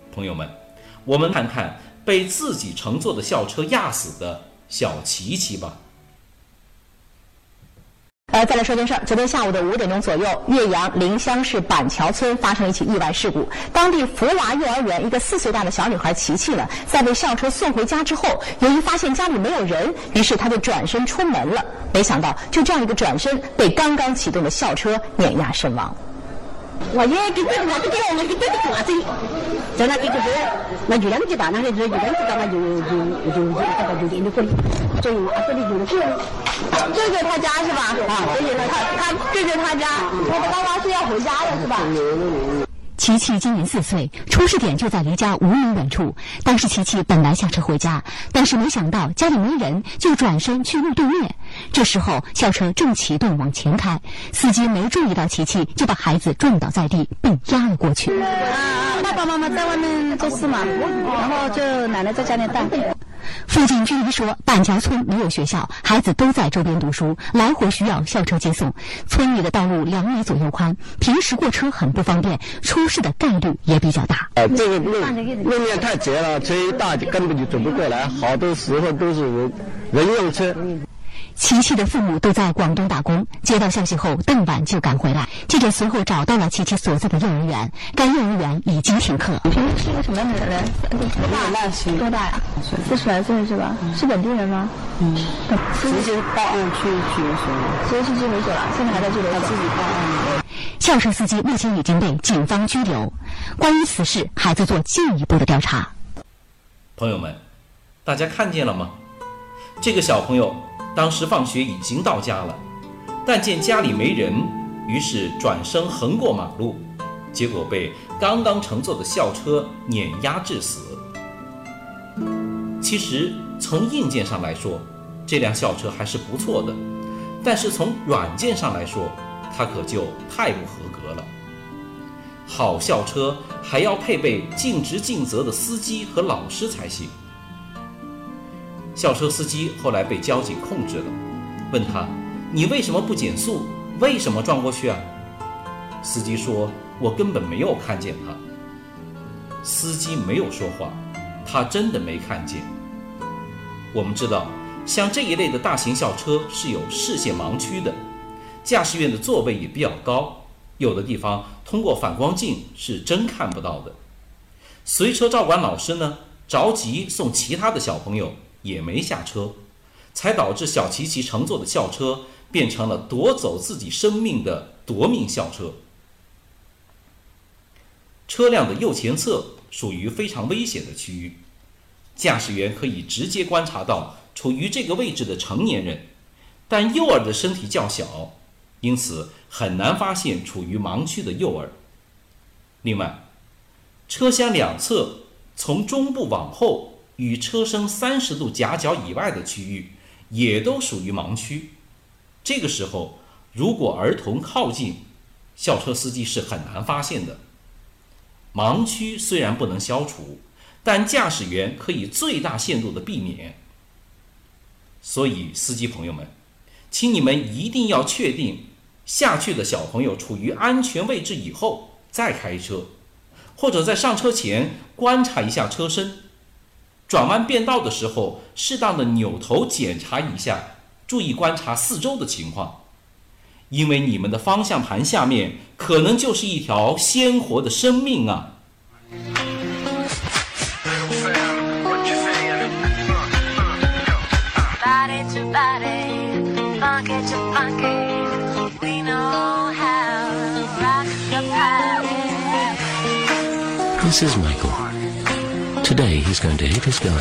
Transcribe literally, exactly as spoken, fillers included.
朋友们，我们看看被自己乘坐的校车压死的小琪琪吧。 呃，再来说件事儿。昨天下午的五点钟左右，岳阳临湘市板桥村发生了一起意外事故。当地福娃幼儿园一个四岁大的小女孩琪琪呢，在被校车送回家之后，由于发现家里没有人，于是她就转身出门了。没想到，就这样一个转身，被刚刚启动的校车碾压身亡。 我也给这个这个我们给这个做子，在那给这个那就两级大，那就就两级大，那就就就就这个就点的过里，所以我这里就是这， 这就是他家是吧？ 啊，这就是他他这就是他家，他刚刚是要回家了是吧？ 琪琪今年四岁，出事点就在离家五米远处。当时琪琪本来下车回家，但是没想到家里没人，就转身去路对面。这时候校车正启动往前开，司机没注意到琪琪，就把孩子撞倒在地，并压了过去。 啊，爸爸妈妈在外面做事嘛，然后就奶奶在家里带。 附近居民说，板桥村没有学校，孩子都在周边读书，来回需要校车接送。村里的道路两米左右宽，平时过车很不方便，出事的概率也比较大。 呃，这个路路面太窄了，车一大根本就走不过来，好多时候都是人人用车。 琪琪的父母都在广东打工，接到消息后当晚就赶回来。记者随后找到了琪琪所在的幼儿园，该幼儿园已经停课。 平时是一个什么样的人？多大？多大呀？四十来岁是吧？是本地人吗？ 嗯，直接报案去拘留所了， 直接去拘留所了，现在还在拘留所。 他自己报案。 校车司机目前已经被警方拘留，关于此事还在做进一步的调查。 朋友们，大家看见了吗？这个小朋友当时放学已经到家了，但见家里没人，于是转身横过马路，结果被刚刚乘坐的校车碾压致死。其实从硬件上来说，这辆校车还是不错的，但是从软件上来说，它可就太不合格了。好校车还要配备尽职尽责的司机和老师才行。校车司机后来被交警控制了，问他：“你为什么不减速？为什么撞过去啊？”司机说：“我根本没有看见他。”司机没有说话，他真的没看见。我们知道，像这一类的大型校车是有视线盲区的，驾驶员的座位也比较高，有的地方通过反光镜是真看不到的。随车照管老师呢，着急送其他的小朋友，也没下车，才导致小琪琪乘坐的校车变成了夺走自己生命的夺命校车。车辆的右前侧属于非常危险的区域，驾驶员可以直接观察到处于这个位置的成年人，但幼儿的身体较小，因此很难发现处于盲区的幼儿。另外，车厢两侧从中部往后与车身三十度夹角以外的区域也都属于盲区。这个时候，如果儿童靠近，校车司机是很难发现的。盲区虽然不能消除，但驾驶员可以最大限度的避免。所以，司机朋友们，请你们一定要确定下去的小朋友处于安全位置以后再开车，或者在上车前观察一下车身。转弯变道的时候，适当的扭头检查一下，注意观察四周的情况，因为你们的方向盘下面可能就是一条鲜活的生命啊！ This is Michael. Today he's going to hit his guy.